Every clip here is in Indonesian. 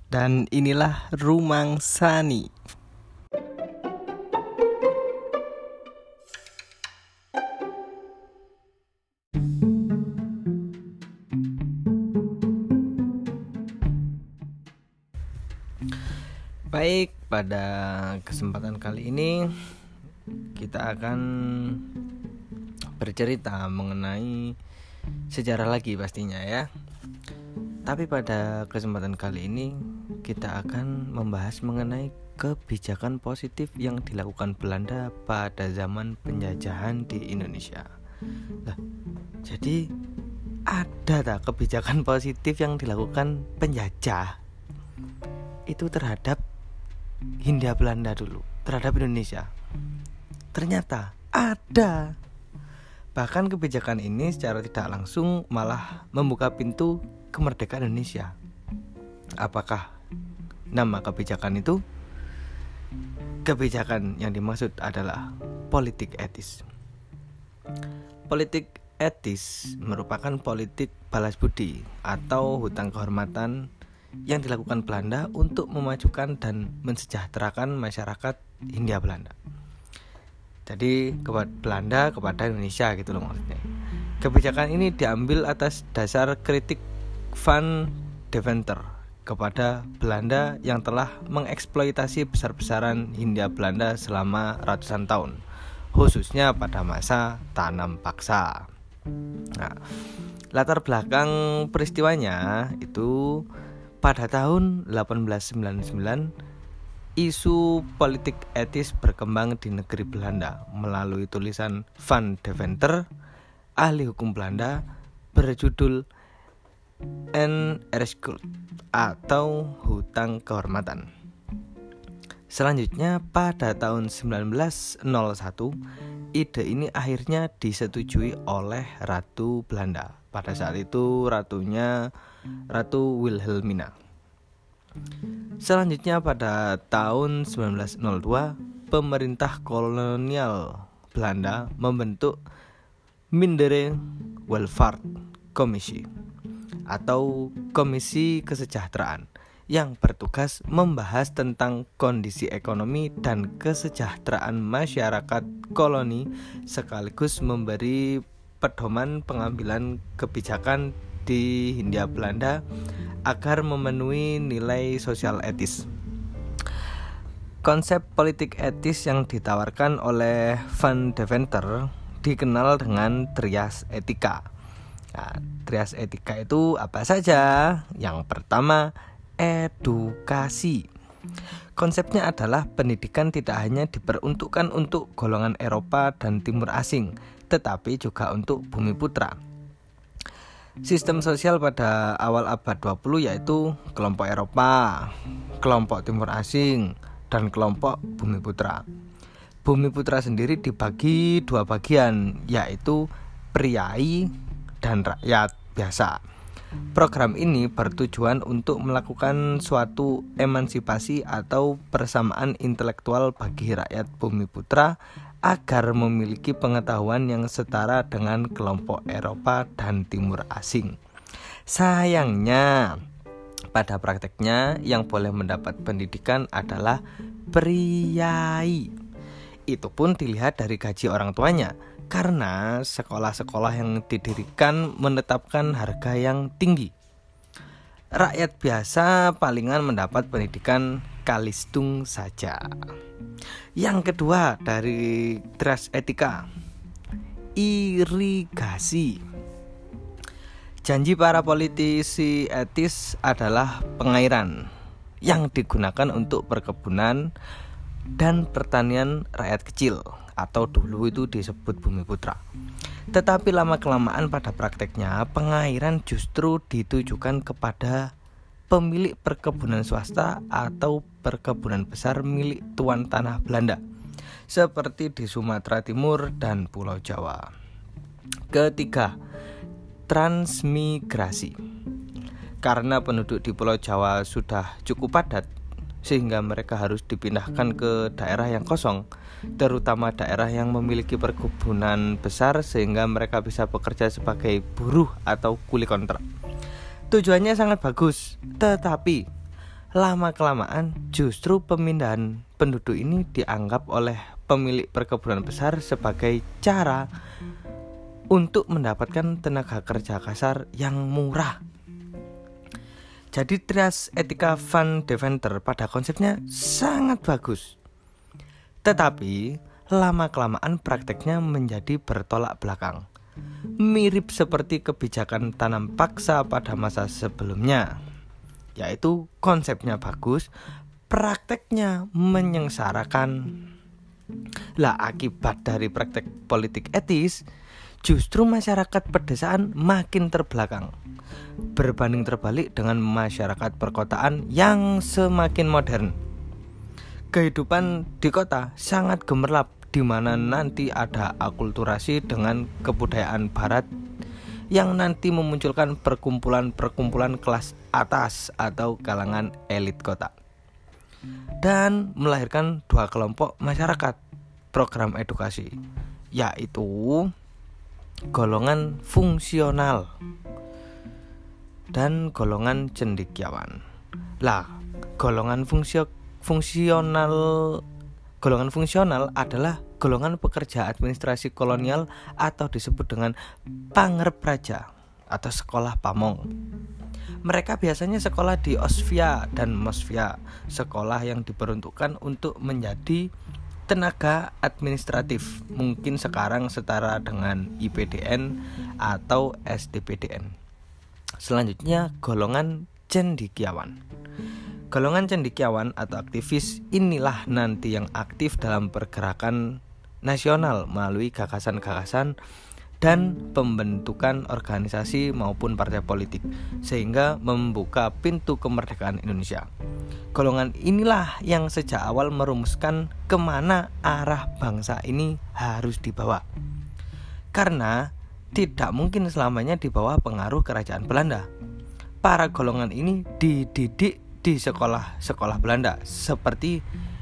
Dan inilah Rumang Sani. Baik, pada kesempatan kali ini kita akan bercerita mengenai sejarah lagi pastinya ya. Tapi pada kesempatan kali ini kita akan membahas mengenai kebijakan positif yang dilakukan Belanda pada zaman penjajahan di Indonesia. Nah, jadi ada tak kebijakan positif yang dilakukan penjajah itu terhadap Hindia Belanda dulu, terhadap Indonesia? Ternyata ada. Bahkan kebijakan ini secara tidak langsung malah membuka pintu kemerdekaan Indonesia. Apakah nama kebijakan itu? Kebijakan yang dimaksud adalah politik etis. Politik etis merupakan politik balas budi atau hutang kehormatan yang dilakukan Belanda untuk memajukan dan mensejahterakan masyarakat Hindia Belanda. Jadi Belanda kepada Indonesia gitu loh maksudnya. Kebijakan ini diambil atas dasar kritik Van Deventer kepada Belanda yang telah mengeksploitasi besar-besaran Hindia Belanda selama ratusan tahun, khususnya pada masa tanam paksa. Nah, latar belakang peristiwanya itu pada tahun 1899, isu politik etis berkembang di negeri Belanda melalui tulisan Van Deventer, ahli hukum Belanda, berjudul En Erfschuld atau hutang kehormatan. Selanjutnya pada tahun 1901, ide ini akhirnya disetujui oleh Ratu Belanda. Pada saat itu ratunya Ratu Wilhelmina. Selanjutnya pada tahun 1902, pemerintah kolonial Belanda membentuk Mindere Welvaart Commissie atau Komisi Kesejahteraan yang bertugas membahas tentang kondisi ekonomi dan kesejahteraan masyarakat koloni sekaligus memberi pedoman pengambilan kebijakan di Hindia Belanda agar memenuhi nilai sosial etis. Konsep politik etis yang ditawarkan oleh Van Deventer dikenal dengan trias etika. Nah, trias etika itu apa saja? Yang pertama, edukasi. Konsepnya adalah pendidikan tidak hanya diperuntukkan untuk golongan Eropa dan Timur Asing, tetapi juga untuk bumi putra. Sistem sosial pada awal abad 20 yaitu kelompok Eropa, kelompok Timur Asing, dan kelompok bumi putra. Bumi putra sendiri dibagi dua bagian, yaitu priai dan rakyat biasa. Program ini bertujuan untuk melakukan suatu emansipasi atau persamaan intelektual bagi rakyat bumi putra agar memiliki pengetahuan yang setara dengan kelompok Eropa dan Timur Asing. Sayangnya, pada prakteknya yang boleh mendapat pendidikan adalah priai. Itu pun dilihat dari gaji orang tuanya, karena sekolah-sekolah yang didirikan menetapkan harga yang tinggi. Rakyat biasa palingan mendapat pendidikan kalistung saja. Yang kedua dari trias etika, irigasi. Janji para politisi etis adalah pengairan yang digunakan untuk perkebunan dan pertanian rakyat kecil, atau dulu itu disebut bumi putra. Tetapi lama-kelamaan pada prakteknya pengairan justru ditujukan kepada pemilik perkebunan swasta atau perkebunan besar milik tuan tanah Belanda, seperti di Sumatera Timur dan Pulau Jawa. Ketiga, transmigrasi. Karena penduduk di Pulau Jawa sudah cukup padat, sehingga mereka harus dipindahkan ke daerah yang kosong, terutama daerah yang memiliki perkebunan besar sehingga mereka bisa bekerja sebagai buruh atau kuli kontrak. Tujuannya sangat bagus, tetapi lama-kelamaan justru pemindahan penduduk ini dianggap oleh pemilik perkebunan besar sebagai cara untuk mendapatkan tenaga kerja kasar yang murah. Jadi trias etika Van Deventer pada konsepnya sangat bagus. Tetapi lama-kelamaan prakteknya menjadi bertolak belakang. Mirip seperti kebijakan tanam paksa pada masa sebelumnya, yaitu konsepnya bagus, prakteknya menyengsarakan. Lah akibat dari praktek politik etis, justru masyarakat pedesaan makin terbelakang, berbanding terbalik dengan masyarakat perkotaan yang semakin modern. Kehidupan di kota sangat gemerlap, di mana nanti ada akulturasi dengan kebudayaan barat yang nanti memunculkan perkumpulan-perkumpulan kelas atas atau kalangan elit kota, dan melahirkan dua kelompok masyarakat program edukasi, yaitu golongan fungsional dan golongan cendekiawan. Lah, golongan fungsional adalah golongan pekerja administrasi kolonial atau disebut dengan pangrepraja atau sekolah pamong. Mereka biasanya sekolah di Osvia dan Mosvia, sekolah yang diperuntukkan untuk menjadi tenaga administratif, mungkin sekarang setara dengan IPDN atau SDPDN. Selanjutnya golongan cendekiawan. Golongan cendekiawan atau aktivis inilah nanti yang aktif dalam pergerakan nasional melalui gagasan-gagasan dan pembentukan organisasi maupun partai politik, sehingga membuka pintu kemerdekaan Indonesia. Golongan inilah yang sejak awal merumuskan kemana arah bangsa ini harus dibawa, karena tidak mungkin selamanya di bawah pengaruh kerajaan Belanda. Para golongan ini dididik di sekolah-sekolah Belanda seperti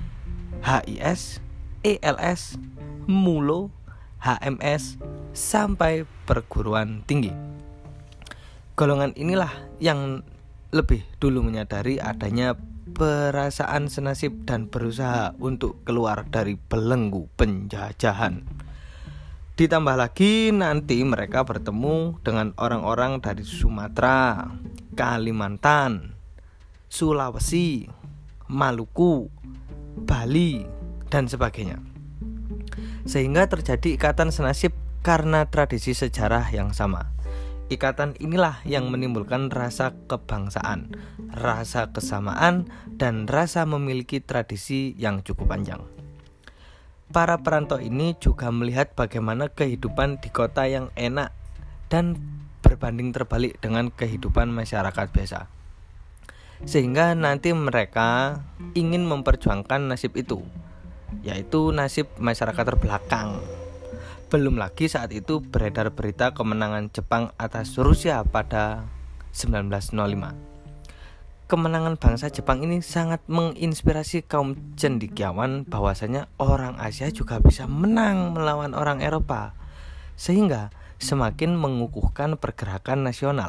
HIS, ELS, MULO, HMS, sampai perguruan tinggi. Golongan inilah yang lebih dulu menyadari adanya perasaan senasib dan berusaha untuk keluar dari belenggu penjajahan. Ditambah lagi nanti mereka bertemu dengan orang-orang dari Sumatera, Kalimantan, Sulawesi, Maluku, Bali, dan sebagainya. Sehingga terjadi ikatan senasib karena tradisi sejarah yang sama. Ikatan inilah yang menimbulkan rasa kebangsaan, rasa kesamaan, dan rasa memiliki tradisi yang cukup panjang. Para perantau ini juga melihat bagaimana kehidupan di kota yang enak dan berbanding terbalik dengan kehidupan masyarakat biasa, sehingga nanti mereka ingin memperjuangkan nasib itu, yaitu nasib masyarakat terbelakang. Belum lagi saat itu beredar berita kemenangan Jepang atas Rusia pada 1905. Kemenangan bangsa Jepang ini sangat menginspirasi kaum cendekiawan bahwasanya orang Asia juga bisa menang melawan orang Eropa, sehingga semakin mengukuhkan pergerakan nasional.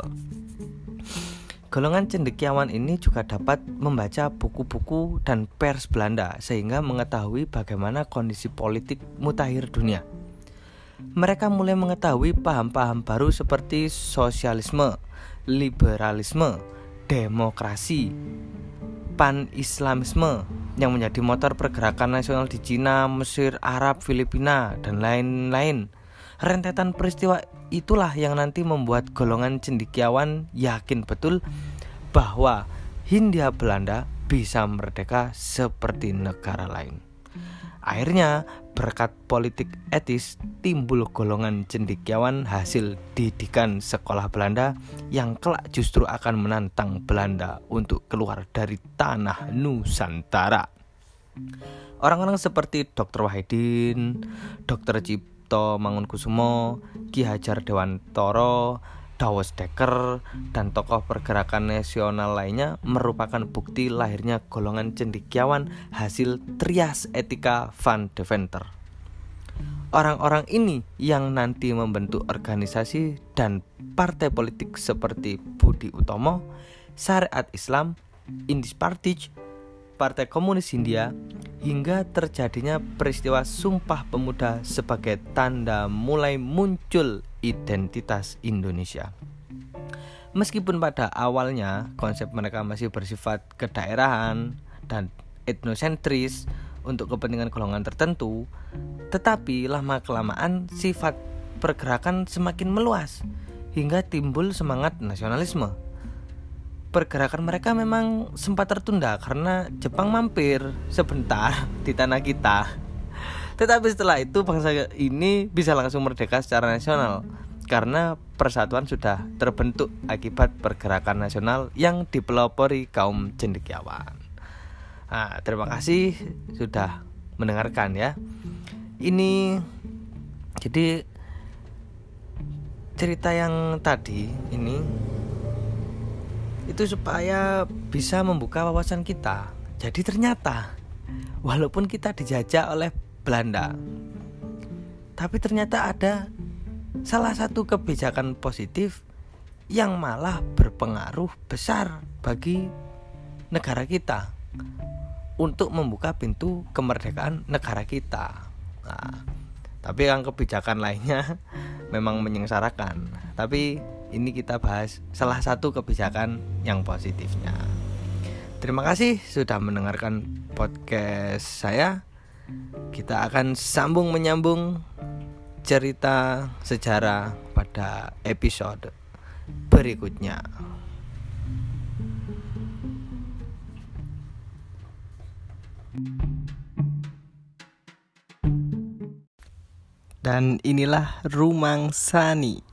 Golongan cendekiawan ini juga dapat membaca buku-buku dan pers Belanda sehingga mengetahui bagaimana kondisi politik mutakhir dunia. Mereka mulai mengetahui paham-paham baru seperti sosialisme, liberalisme, demokrasi, pan-islamisme yang menjadi motor pergerakan nasional di Cina, Mesir, Arab, Filipina, dan lain-lain. Rentetan peristiwa itulah yang nanti membuat golongan cendekiawan yakin betul bahwa Hindia Belanda bisa merdeka seperti negara lain. Akhirnya berkat politik etis timbul golongan cendekiawan hasil didikan sekolah Belanda yang kelak justru akan menantang Belanda untuk keluar dari tanah Nusantara. Orang-orang seperti Dr. Wahidin, Dr. Cipto Mangunkusumo, Ki Hajar Dewantara, Dawes Dekker, dan tokoh pergerakan nasional lainnya merupakan bukti lahirnya golongan cendekiawan hasil trias etika Van Deventer. Orang-orang ini yang nanti membentuk organisasi dan partai politik seperti Budi Utomo, Syariat Islam, Indische Partij, Partai Komunis Hindia, hingga terjadinya peristiwa Sumpah Pemuda sebagai tanda mulai muncul identitas Indonesia. Meskipun pada awalnya konsep mereka masih bersifat kedaerahan dan etnosentris untuk kepentingan golongan tertentu, tetapi lama-kelamaan sifat pergerakan semakin meluas hingga timbul semangat nasionalisme. Pergerakan mereka memang sempat tertunda karena Jepang mampir sebentar di tanah kita. Tetapi setelah itu bangsa ini bisa langsung merdeka secara nasional karena persatuan sudah terbentuk akibat pergerakan nasional yang dipelopori kaum cendekiawan. Nah, terima kasih sudah mendengarkan ya. Ini jadi cerita yang tadi ini itu supaya bisa membuka wawasan kita. Jadi ternyata walaupun kita dijajah oleh Belanda, tapi ternyata ada salah satu kebijakan positif yang malah berpengaruh besar bagi negara kita untuk membuka pintu kemerdekaan negara kita. Nah, tapi yang kebijakan lainnya memang menyengsarakan. Tapi ini kita bahas salah satu kebijakan yang positifnya. Terima kasih sudah mendengarkan podcast saya. Kita akan sambung menyambung cerita sejarah pada episode berikutnya. Dan inilah Rumang Sani.